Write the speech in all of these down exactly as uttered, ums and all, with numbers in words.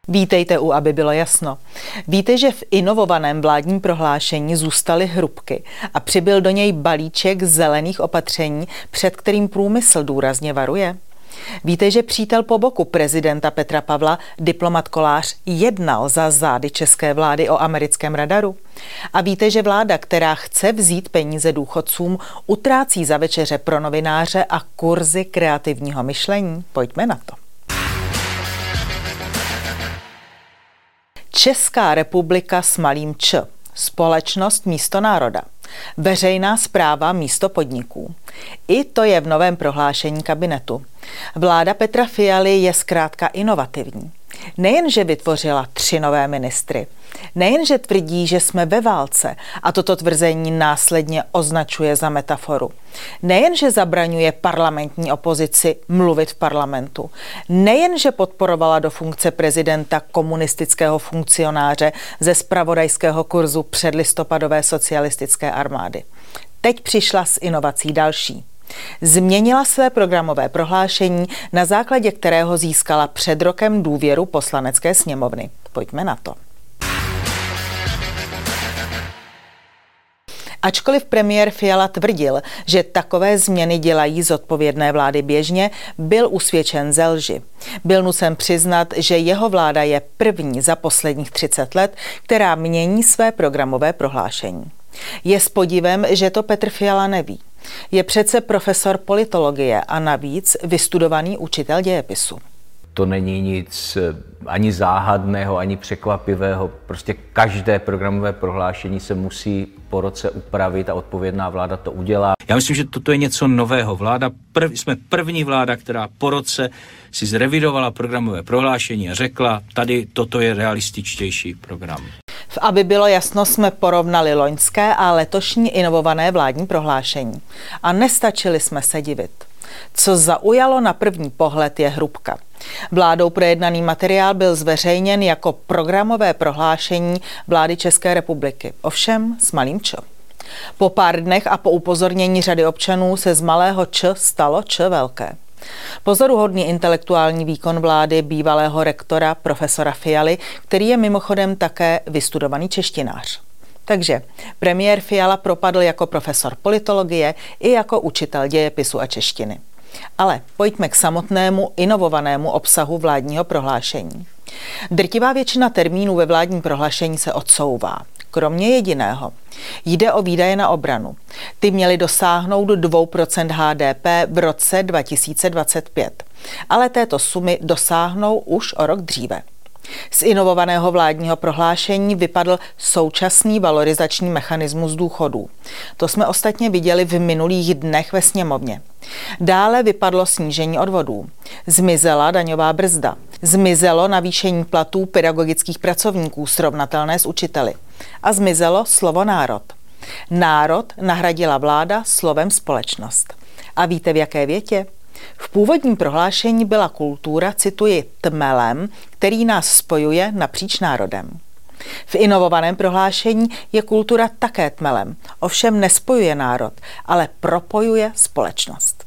Vítejte u Aby bylo jasno. Víte, že v inovovaném vládním prohlášení zůstaly hrubky a přibyl do něj balíček zelených opatření, před kterým průmysl důrazně varuje? Víte, že přítel po boku prezidenta Petra Pavla, diplomat Kolář, jednal za zády české vlády o americkém radaru? A víte, že vláda, která chce vzít peníze důchodcům, utrácí za večeře pro novináře a kurzy kreativního myšlení? Pojďme na to. Česká republika s malým č. Společnost místo národa. Veřejná správa místo podniků. I to je v novém prohlášení kabinetu. Vláda Petra Fialy je zkrátka inovativní. Nejenže vytvořila tři nové ministry, nejenže tvrdí, že jsme ve válce a toto tvrzení následně označuje za metaforu. Nejenže zabraňuje parlamentní opozici mluvit v parlamentu, nejenže podporovala do funkce prezidenta komunistického funkcionáře ze zpravodajského kurzu předlistopadové socialistické armády. Teď přišla s inovací další. Změnila své programové prohlášení, na základě kterého získala před rokem důvěru Poslanecké sněmovny. Pojďme na to. Ačkoliv premiér Fiala tvrdil, že takové změny dělají zodpovědné vlády běžně, byl usvědčen ze lži. Byl nucen přiznat, že jeho vláda je první za posledních třicet let, která mění své programové prohlášení. Je s podivem, že to Petr Fiala neví. Je přece profesor politologie a navíc vystudovaný učitel dějepisu. To není nic ani záhadného, ani překvapivého. Prostě každé programové prohlášení se musí po roce upravit a odpovědná vláda to udělá. Já myslím, že toto je něco nového. Vláda prv, jsme první vláda, která po roce si zrevidovala programové prohlášení a řekla, tady toto je realističtější program. V Aby bylo jasno, jsme porovnali loňské a letošní inovované vládní prohlášení. A nestačili jsme se divit. Co zaujalo na první pohled je hrubka. Vládou projednaný materiál byl zveřejněn jako programové prohlášení vlády České republiky. Ovšem s malým č. Po pár dnech a po upozornění řady občanů se z malého č stalo č velké. Pozoruhodný intelektuální výkon vlády bývalého rektora profesora Fialy, který je mimochodem také vystudovaný češtinář. Takže premiér Fiala propadl jako profesor politologie i jako učitel dějepisu a češtiny. Ale pojďme k samotnému inovovanému obsahu vládního prohlášení. Drtivá většina termínů ve vládním prohlášení se odsouvá. Kromě jediného. Jde o výdaje na obranu. Ty měly dosáhnout dvě procenta H D P v roce dva tisíce dvacet pět. Ale této sumy dosáhnou už o rok dříve. Z inovovaného vládního prohlášení vypadl současný valorizační mechanismus důchodů. To jsme ostatně viděli v minulých dnech ve sněmovně. Dále vypadlo snížení odvodů. Zmizela daňová brzda. Zmizelo navýšení platů pedagogických pracovníků srovnatelné s učiteli. A zmizelo slovo národ. Národ nahradila vláda slovem společnost. A víte v jaké větě? V původním prohlášení byla kultura, cituji, tmelem, který nás spojuje napříč národem. V inovovaném prohlášení je kultura také tmelem, ovšem nespojuje národ, ale propojuje společnost.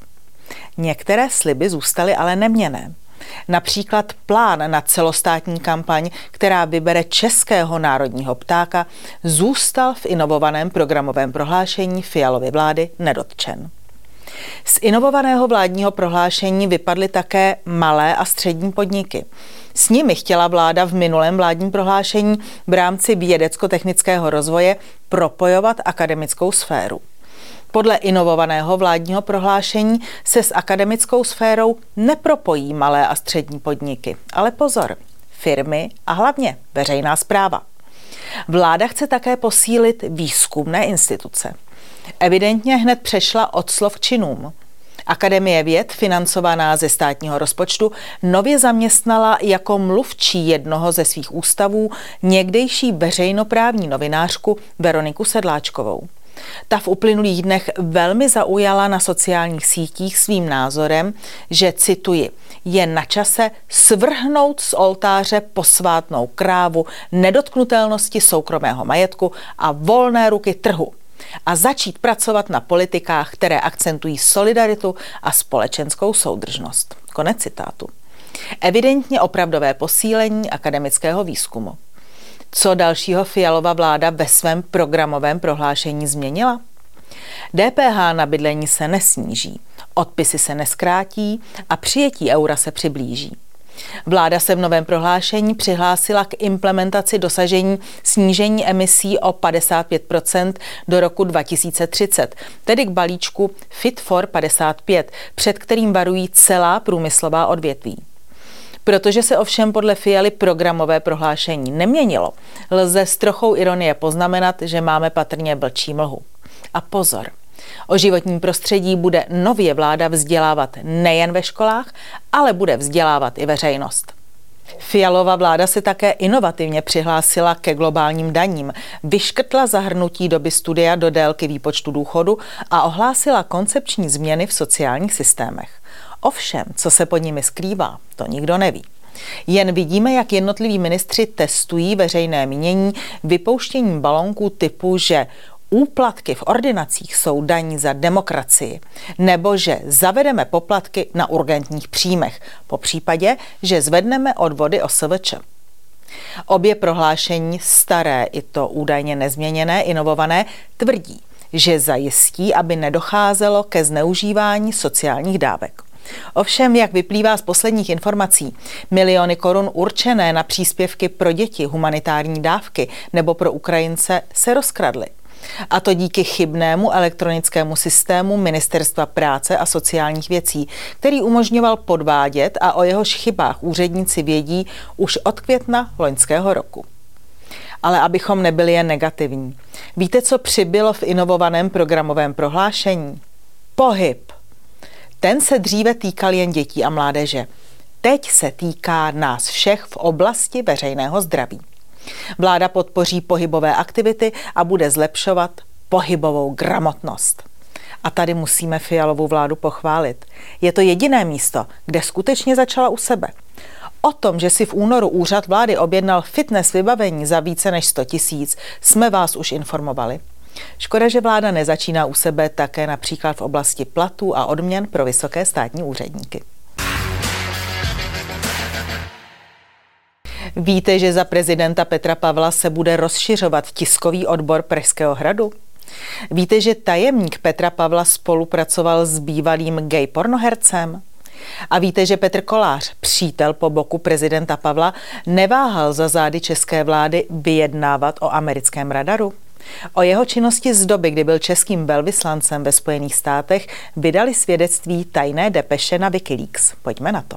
Některé sliby zůstaly ale neměnné. Například plán na celostátní kampaň, která vybere českého národního ptáka, zůstal v inovovaném programovém prohlášení Fialovy vlády nedotčen. Z inovovaného vládního prohlášení vypadly také malé a střední podniky. S nimi chtěla vláda v minulém vládním prohlášení v rámci vědecko-technického rozvoje propojovat akademickou sféru. Podle inovovaného vládního prohlášení se s akademickou sférou nepropojí malé a střední podniky, ale pozor, firmy a hlavně veřejná správa. Vláda chce také posílit výzkumné instituce. Evidentně hned přešla od slov k činům. Akademie věd, financovaná ze státního rozpočtu, nově zaměstnala jako mluvčí jednoho ze svých ústavů někdejší veřejnoprávní novinářku Veroniku Sedláčkovou. Ta v uplynulých dnech velmi zaujala na sociálních sítích svým názorem, že, cituji, je na čase svrhnout z oltáře posvátnou krávu nedotknutelnosti soukromého majetku a volné ruky trhu a začít pracovat na politikách, které akcentují solidaritu a společenskou soudržnost. Konec citátu. Evidentně opravdové posílení akademického výzkumu. Co dalšího Fialova vláda ve svém programovém prohlášení změnila? D P H na bydlení se nesníží, odpisy se neskrátí a přijetí eura se přiblíží. Vláda se v novém prohlášení přihlásila k implementaci dosažení snížení emisí o padesát pět procent do roku dva tisíce třicet, tedy k balíčku Fit for padesát pět, před kterým varují celá průmyslová odvětví. Protože se ovšem podle Fialy programové prohlášení neměnilo, lze s trochou ironie poznamenat, že máme patrně vlčí mlhu. A pozor, o životním prostředí bude nově vláda vzdělávat nejen ve školách, ale bude vzdělávat i veřejnost. Fialova vláda se také inovativně přihlásila ke globálním daním, vyškrtla zahrnutí doby studia do délky výpočtu důchodu a ohlásila koncepční změny v sociálních systémech. Ovšem, co se pod nimi skrývá, to nikdo neví. Jen vidíme, jak jednotliví ministři testují veřejné mínění vypouštěním balonků typu, že úplatky v ordinacích jsou daní za demokracii, nebo že zavedeme poplatky na urgentních příjmech, po případě, že zvedneme odvody O S V Č. Obě prohlášení, staré i to údajně nezměněné, inovované, tvrdí, že zajistí, aby nedocházelo ke zneužívání sociálních dávek. Ovšem, jak vyplývá z posledních informací, miliony korun určené na příspěvky pro děti, humanitární dávky nebo pro Ukrajince se rozkradly. A to díky chybnému elektronickému systému Ministerstva práce a sociálních věcí, který umožňoval podvádět a o jehož chybách úředníci vědí už od května loňského roku. Ale abychom nebyli jen negativní. Víte, co přibylo v inovovaném programovém prohlášení? Pohyb. Ten se dříve týkal jen dětí a mládeže. Teď se týká nás všech v oblasti veřejného zdraví. Vláda podpoří pohybové aktivity a bude zlepšovat pohybovou gramotnost. A tady musíme Fialovu vládu pochválit. Je to jediné místo, kde skutečně začala u sebe. O tom, že si v únoru úřad vlády objednal fitness vybavení za více než sto tisíc, jsme vás už informovali. Škoda, že vláda nezačíná u sebe také například v oblasti platů a odměn pro vysoké státní úředníky. Víte, že za prezidenta Petra Pavla se bude rozšiřovat tiskový odbor Pražského hradu? Víte, že tajemník Petra Pavla spolupracoval s bývalým gay pornohercem? A víte, že Petr Kolář, přítel po boku prezidenta Pavla, neváhal za zády české vlády vyjednávat o americkém radaru? O jeho činnosti z doby, kdy byl českým velvyslancem ve Spojených státech, vydali svědectví tajné depeše na Wikileaks. Pojďme na to.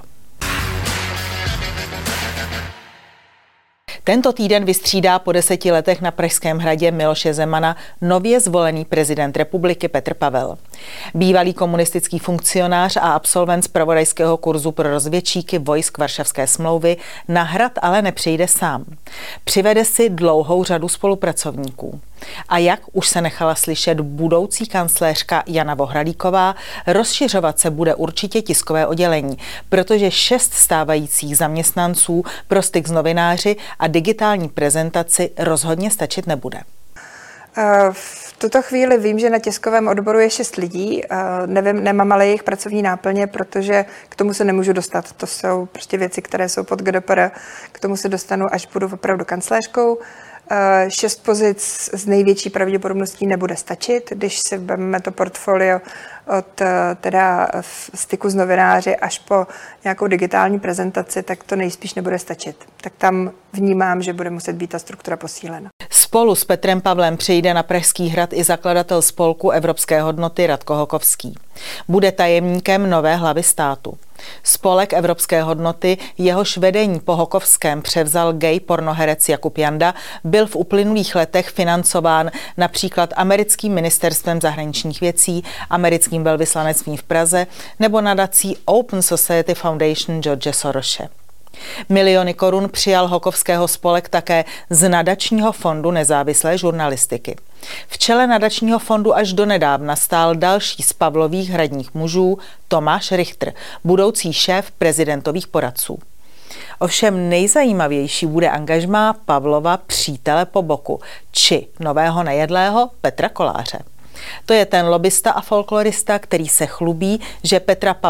Tento týden vystřídá po deseti letech na Pražském hradě Miloše Zemana nově zvolený prezident republiky Petr Pavel. Bývalý komunistický funkcionář a absolvent zpravodajského kurzu pro rozvědčíky vojsk Varšavské smlouvy na hrad ale nepřijde sám. Přivede si dlouhou řadu spolupracovníků. A jak už se nechala slyšet budoucí kancléřka Jana Vohralíková, rozšiřovat se bude určitě tiskové oddělení, protože šest stávajících zaměstnanců pro styk s novináři a digitální prezentaci rozhodně stačit nebude. V tuto chvíli vím, že na tiskovém odboru je šest lidí. Nevím, nemám ale jejich pracovní náplně, protože k tomu se nemůžu dostat. To jsou prostě věci, které jsou pod G D P R. K tomu se dostanu, až budu opravdu kancléřkou. Šest pozic s největší pravděpodobností nebude stačit, když si vezmeme to portfolio od teda styku s novináři až po nějakou digitální prezentaci, tak to nejspíš nebude stačit. Tak tam vnímám, že bude muset být ta struktura posílena. Spolu s Petrem Pavlem přijde na Pražský hrad i zakladatel spolku Evropské hodnoty Radko Hokovský. Bude tajemníkem nové hlavy státu. Spolek Evropské hodnoty, jehož vedení po Hokovském převzal gay pornoherec Jakub Janda, byl v uplynulých letech financován například americkým ministerstvem zahraničních věcí, americkým velvyslanectvím v Praze nebo nadací Open Society Foundation George Sorose. Miliony korun přijal Hokovského spolek také z nadačního fondu nezávislé žurnalistiky. V čele nadačního fondu až donedávna stál další z Pavlových hradních mužů Tomáš Richter, budoucí šéf prezidentových poradců. Ovšem nejzajímavější bude angažmá Pavlova přítele po boku, či nového nejedlého Petra Koláře. To je ten lobista a folklorista, který se chlubí, že Petra Pavla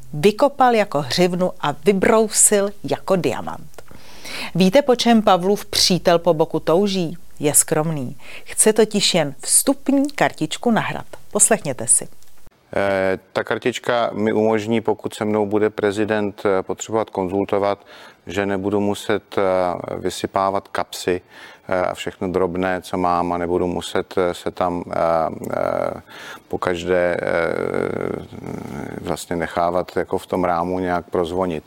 vykopal jako hřivnu a vybrousil jako diamant. Víte, po čem Pavlův přítel po boku touží? Je skromný. Chce totiž jen vstupní kartičku na hrad. Poslechněte si. E, ta kartička mi umožní, pokud se mnou bude prezident potřebovat konzultovat, že nebudu muset vysypávat kapsy a všechno drobné, co mám, a nebudu muset se tam pokaždé vlastně nechávat jako v tom rámu nějak prozvonit.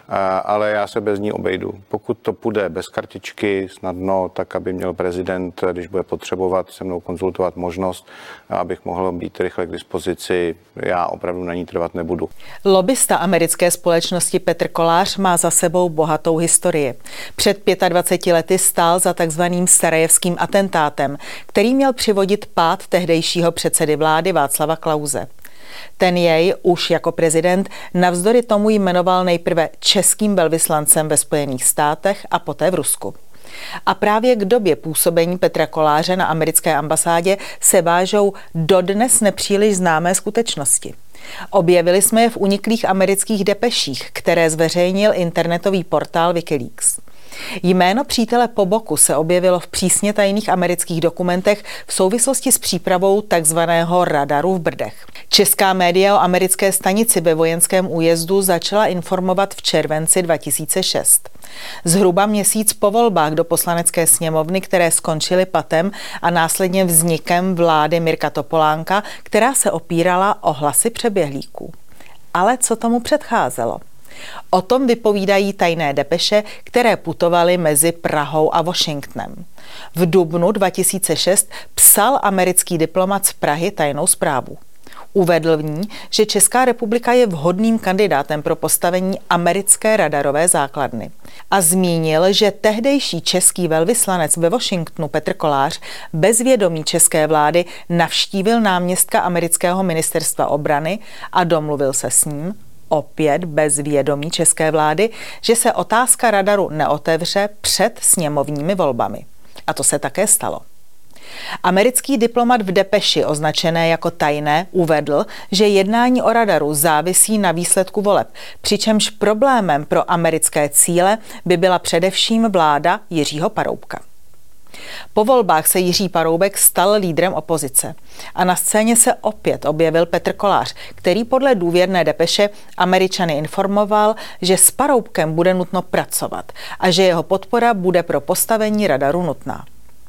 Ale já se bez ní obejdu. Pokud to půjde bez kartičky snadno, tak aby měl prezident, když bude potřebovat se mnou konzultovat, možnost, abych mohl být rychle k dispozici, já opravdu na ní trvat nebudu. Lobista americké společnosti Petr Kolář má za sebou bohatou historii. Před dvaceti pěti lety stál za takzvaným sarajevským atentátem, který měl přivodit pád tehdejšího předsedy vlády Václava Klause. Ten jej už jako prezident navzdory tomu jmenoval nejprve českým velvyslancem ve Spojených státech a poté v Rusku. A právě k době působení Petra Koláře na americké ambasádě se vážou dodnes nepříliš známé skutečnosti. Objevili jsme je v uniklých amerických depeších, které zveřejnil internetový portál Wikileaks. Jméno přítele po boku se objevilo v přísně tajných amerických dokumentech v souvislosti s přípravou takzvaného radaru v Brdech. Česká média o americké stanici ve vojenském újezdu začala informovat v červenci dva tisíce šest. Zhruba měsíc po volbách do Poslanecké sněmovny, které skončily patem a následně vznikem vlády Mirka Topolánka, která se opírala o hlasy přeběhlíků. Ale co tomu předcházelo? O tom vypovídají tajné depeše, které putovaly mezi Prahou a Washingtonem. V dubnu dva tisíce šest psal americký diplomat z Prahy tajnou zprávu. Uvedl v ní, že Česká republika je vhodným kandidátem pro postavení americké radarové základny. A zmínil, že tehdejší český velvyslanec ve Washingtonu Petr Kolář bez vědomí české vlády navštívil náměstka amerického ministerstva obrany a domluvil se s ním, opět bez vědomí české vlády, že se otázka radaru neotevře před sněmovními volbami. A to se také stalo. Americký diplomat v depeši označené jako tajné uvedl, že jednání o radaru závisí na výsledku voleb, přičemž problémem pro americké cíle by byla především vláda Jiřího Paroubka. Po volbách se Jiří Paroubek stal lídrem opozice a na scéně se opět objevil Petr Kolář, který podle důvěrné depeše Američany informoval, že s Paroubkem bude nutno pracovat a že jeho podpora bude pro postavení radaru nutná.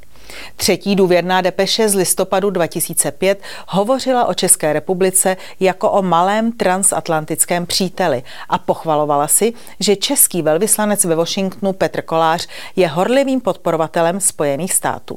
Třetí důvěrná depeše z listopadu dva tisíce pět hovořila o České republice jako o malém transatlantickém příteli a pochvalovala si, že český velvyslanec ve Washingtonu Petr Kolář je horlivým podporovatelem Spojených států.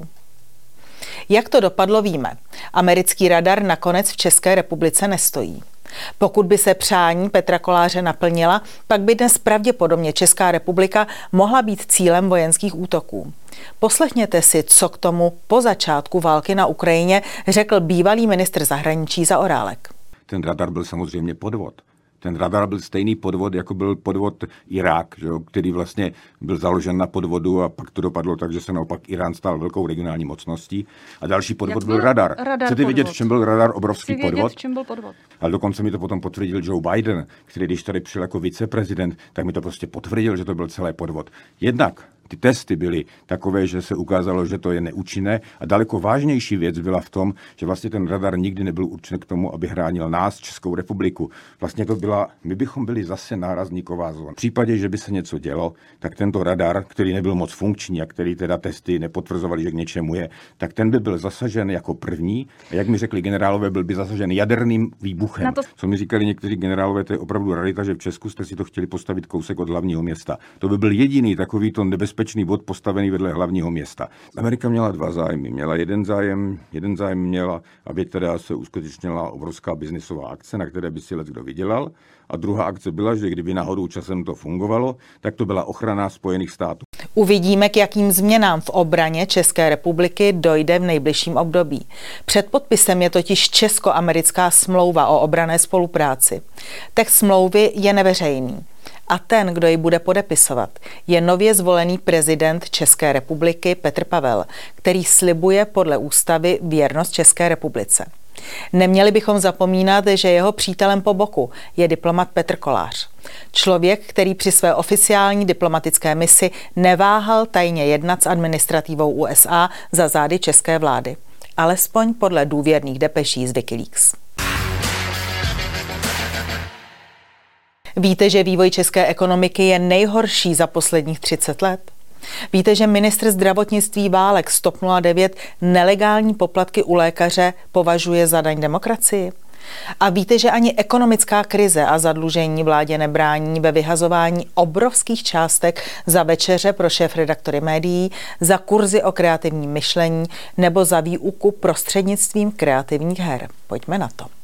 Jak to dopadlo, víme. Americký radar nakonec v České republice nestojí. Pokud by se přání Petra Koláře naplnila, pak by dnes pravděpodobně Česká republika mohla být cílem vojenských útoků. Poslechněte si, co k tomu po začátku války na Ukrajině řekl bývalý ministr zahraničí Zaorálek. Ten radar byl samozřejmě podvod. Ten radar byl stejný podvod, jako byl podvod Irák, že jo, který vlastně byl založen na podvodu a pak to dopadlo tak, že se naopak Irán stal velkou regionální mocností. A další podvod byl, byl radar. radar. Chcete vědět, v čem byl radar obrovský vědět, podvod? V čem byl podvod? Ale dokonce mi to potom potvrdil Joe Biden, který když tady přišel jako viceprezident, tak mi to prostě potvrdil, že to byl celý podvod. Jednak ty testy byly takové, že se ukázalo, že to je neúčinné a daleko vážnější věc byla v tom, že vlastně ten radar nikdy nebyl určen k tomu, aby chránil nás, Českou republiku. Vlastně to byla, my bychom byli zase nárazníková zóna. V případě, že by se něco dělo, tak tento radar, který nebyl moc funkční a který teda testy nepotvrzovali, že k něčemu je, tak ten by byl zasažen jako první a jak mi řekli generálové, byl by zasažen jaderným výbuchem. To... Co mi říkali někteří generálové, to je opravdu rarita, že v Česku jste si to chtěli postavit kousek od hlavního města. To by byl jediný takovýto nebezpečný bod postavený vedle hlavního města. Amerika měla dva zájmy. Měla jeden zájem, jeden zájem měla, aby teda se uskutečnila obrovská biznisová akce, na které by si leckdo vydělal. A druhá akce byla, že kdyby náhodou časem to fungovalo, tak to byla ochrana Spojených států. Uvidíme, k jakým změnám v obraně České republiky dojde v nejbližším období. Před podpisem je totiž česko-americká smlouva o obranné spolupráci. Text smlouvy je neveřejný. A ten, kdo ji bude podepisovat, je nově zvolený prezident České republiky Petr Pavel, který slibuje podle ústavy věrnost České republice. Neměli bychom zapomínat, že jeho přítelem po boku je diplomat Petr Kolář. Člověk, který při své oficiální diplomatické misi neváhal tajně jednat s administrativou U S A za zády české vlády. Alespoň podle důvěrných depeší z Wikileaks. Víte, že vývoj české ekonomiky je nejhorší za posledních třicet let? Víte, že ministr zdravotnictví Válek z TOP nula devět nelegální poplatky u lékaře považuje za daň demokracii? A víte, že ani ekonomická krize a zadlužení vládě nebrání ve vyhazování obrovských částek za večeře pro šéfredaktory médií, za kurzy o kreativním myšlení nebo za výuku prostřednictvím kreativních her? Pojďme na to.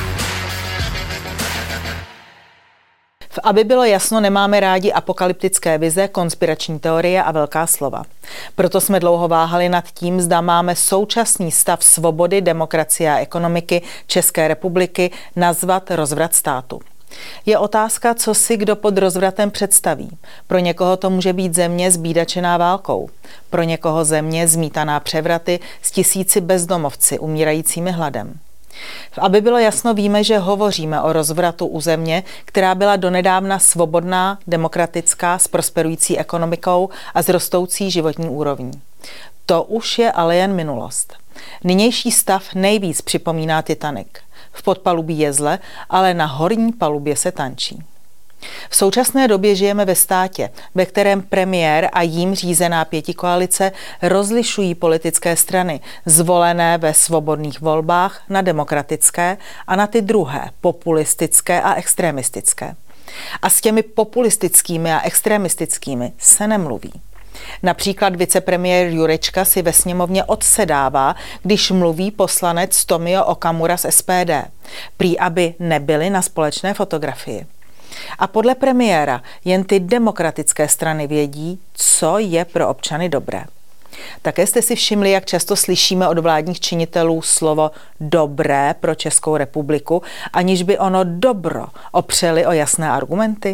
Aby bylo jasno, nemáme rádi apokalyptické vize, konspirační teorie a velká slova. Proto jsme dlouho váhali nad tím, zda máme současný stav svobody, demokracie a ekonomiky České republiky nazvat rozvrat státu. Je otázka, co si kdo pod rozvratem představí. Pro někoho to může být země zbídačená válkou, pro někoho země zmítaná převraty s tisíci bezdomovci umírajícími hladem. Aby bylo jasno, víme, že hovoříme o rozvratu u země, která byla donedávna svobodná, demokratická, s prosperující ekonomikou a s rostoucí životní úrovní. To už je ale jen minulost. Nynější stav nejvíc připomíná Titanic. V podpalubí je zle, ale na horní palubě se tančí. V současné době žijeme ve státě, ve kterém premiér a jím řízená pětikoalice rozlišují politické strany, zvolené ve svobodných volbách, na demokratické a na ty druhé, populistické a extremistické. A s těmi populistickými a extremistickými se nemluví. Například vicepremiér Jurečka si ve sněmovně odsedává, když mluví poslanec Tomio Okamura z S P D, prý aby nebyli na společné fotografii. A podle premiéra jen ty demokratické strany vědí, co je pro občany dobré. Také jste si všimli, jak často slyšíme od vládních činitelů slovo dobré pro Českou republiku, aniž by ono dobro opřeli o jasné argumenty?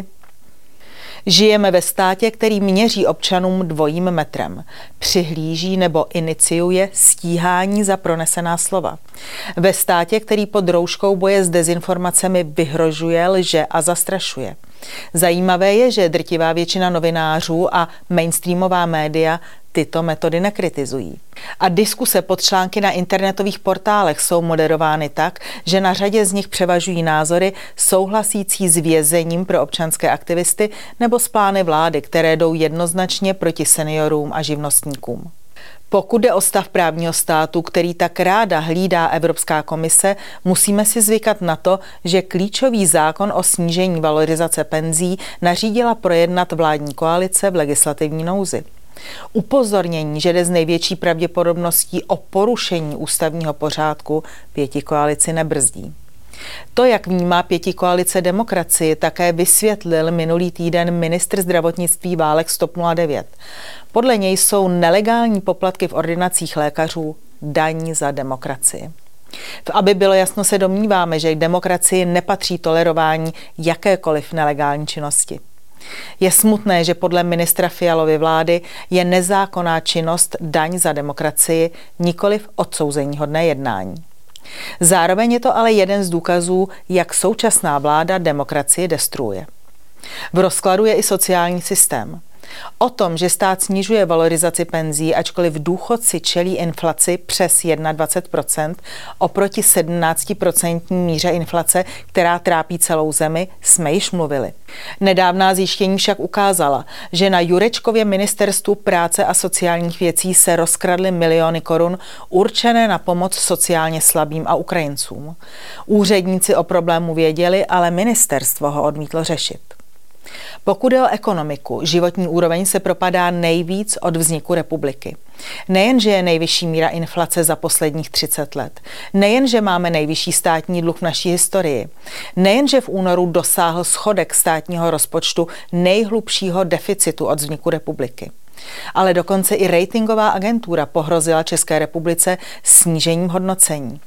Žijeme ve státě, který měří občanům dvojím metrem. Přihlíží nebo iniciuje stíhání za pronesená slova. Ve státě, který pod rouškou boje s dezinformacemi vyhrožuje, lže a zastrašuje. Zajímavé je, že drtivá většina novinářů a mainstreamová média tyto metody nekritizují. A diskuse pod články na internetových portálech jsou moderovány tak, že na řadě z nich převažují názory souhlasící s vězením pro občanské aktivisty nebo s plány vlády, které jdou jednoznačně proti seniorům a živnostníkům. Pokud jde o stav právního státu, který tak ráda hlídá Evropská komise, musíme si zvykat na to, že klíčový zákon o snížení valorizace penzí nařídila projednat vládní koalice v legislativní nouzi. Upozornění, že jde s největší pravděpodobností o porušení ústavního pořádku, pětikoalici nebrzdí. To, jak vnímá pětikoalice demokracii, také vysvětlil minulý týden ministr zdravotnictví Válek z TOP nula devět. Podle něj jsou nelegální poplatky v ordinacích lékařů daň za demokracii. Aby bylo jasno, se domníváme, že k demokracii nepatří tolerování jakékoliv nelegální činnosti. Je smutné, že podle ministra Fialovy vlády je nezákonná činnost daň za demokracii, nikoliv odsouzeníhodné jednání. Zároveň je to ale jeden z důkazů, jak současná vláda demokracii destruuje. V rozkladu je i sociální systém. O tom, že stát snižuje valorizaci penzí, ačkoliv důchodci čelí inflaci přes dvacet jedna procent oproti sedmnáctiprocentní míře inflace, která trápí celou zemi, jsme již mluvili. Nedávná zjištění však ukázala, že na Jurečkově ministerstvu práce a sociálních věcí se rozkradly miliony korun určené na pomoc sociálně slabým a Ukrajincům. Úředníci o problému věděli, ale ministerstvo ho odmítlo řešit. Pokud jde o ekonomiku, životní úroveň se propadá nejvíc od vzniku republiky. Nejenže je nejvyšší míra inflace za posledních třicet let, nejenže máme nejvyšší státní dluh v naší historii, nejenže v únoru dosáhl schodek státního rozpočtu nejhlubšího deficitu od vzniku republiky, ale dokonce i ratingová agentura pohrozila České republice snížením hodnocení.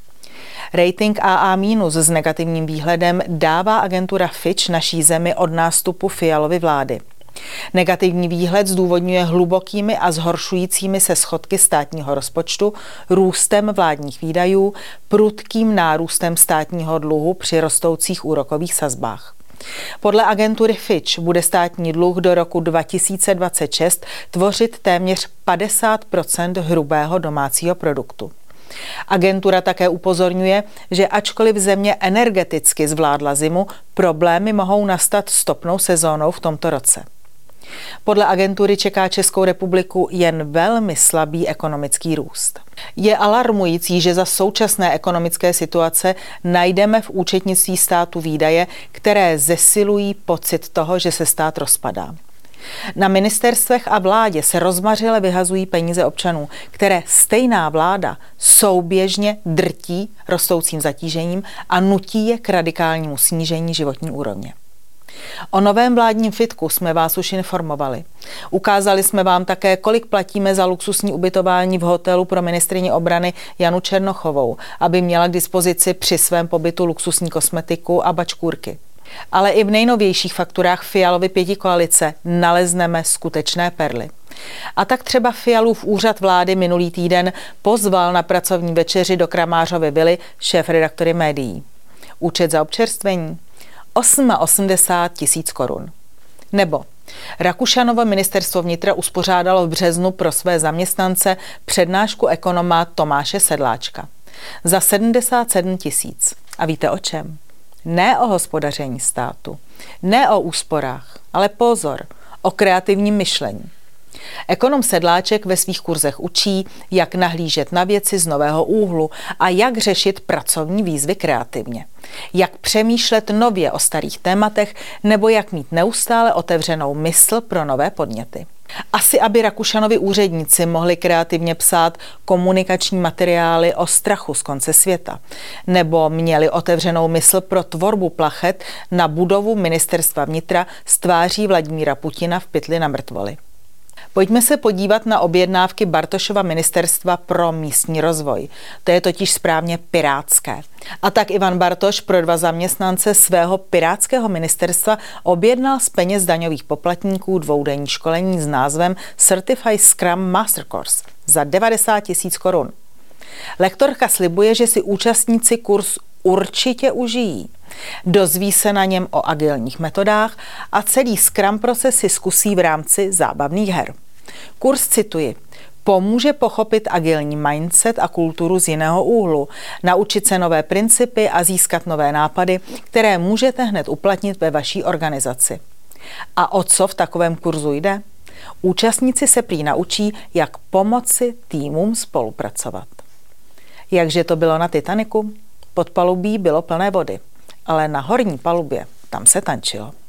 Rating A A minus s negativním výhledem dává agentura Fitch naší zemi od nástupu Fialovy vlády. Negativní výhled zdůvodňuje hlubokými a zhoršujícími se schodky státního rozpočtu, růstem vládních výdajů, prudkým nárůstem státního dluhu při rostoucích úrokových sazbách. Podle agentury Fitch bude státní dluh do roku dva tisíce dvacet šest tvořit téměř padesát procent hrubého domácího produktu. Agentura také upozorňuje, že ačkoliv země energeticky zvládla zimu, problémy mohou nastat s topnou sezónou v tomto roce. Podle agentury čeká Českou republiku jen velmi slabý ekonomický růst. Je alarmující, že za současné ekonomické situace najdeme v účetnictví státu výdaje, které zesilují pocit toho, že se stát rozpadá. Na ministerstvech a vládě se rozmařile vyhazují peníze občanů, které stejná vláda souběžně drtí rostoucím zatížením a nutí je k radikálnímu snížení životní úrovně. O novém vládním fitku jsme vás už informovali. Ukázali jsme vám také, kolik platíme za luxusní ubytování v hotelu pro ministryni obrany Janu Černochovou, aby měla k dispozici při svém pobytu luxusní kosmetiku a bačkůrky. Ale i v nejnovějších fakturách Fialovy pětikoalice nalezneme skutečné perly. A tak třeba Fialův úřad vlády minulý týden pozval na pracovní večeři do Kramářovy vily šéfredaktory médií. Účet za občerstvení? osmdesát osm tisíc korun. Nebo Rakušanovo ministerstvo vnitra uspořádalo v březnu pro své zaměstnance přednášku ekonoma Tomáše Sedláčka. Za sedmdesát sedm tisíc. A víte o čem? Ne o hospodaření státu, ne o úsporách, ale pozor, o kreativním myšlení. Ekonom Sedláček ve svých kurzech učí, jak nahlížet na věci z nového úhlu a jak řešit pracovní výzvy kreativně. Jak přemýšlet nově o starých tématech nebo jak mít neustále otevřenou mysl pro nové podněty. Asi aby Rakušanovi úředníci mohli kreativně psát komunikační materiály o strachu z konce světa, nebo měli otevřenou mysl pro tvorbu plachet na budovu ministerstva vnitra s tváří Vladimíra Putina v pytli na mrtvoli. Pojďme se podívat na objednávky Bartošova ministerstva pro místní rozvoj. To je totiž správně pirátské. A tak Ivan Bartoš pro dva zaměstnance svého pirátského ministerstva objednal z peněz daňových poplatníků dvoudenní školení s názvem Certified Scrum Master Course za devadesát tisíc korun. Lektorka slibuje, že si účastníci kurz určitě užijí. Dozví se na něm o agilních metodách a celý Scrum proces si zkusí v rámci zábavných her. Kurz, cituji, pomůže pochopit agilní mindset a kulturu z jiného úhlu, naučit se nové principy a získat nové nápady, které můžete hned uplatnit ve vaší organizaci. A o co v takovém kurzu jde? Účastníci se prý naučí, jak pomoci týmům spolupracovat. Jakže to bylo na Titaniku? Podpalubí bylo plné vody, ale na horní palubě tam se tančilo.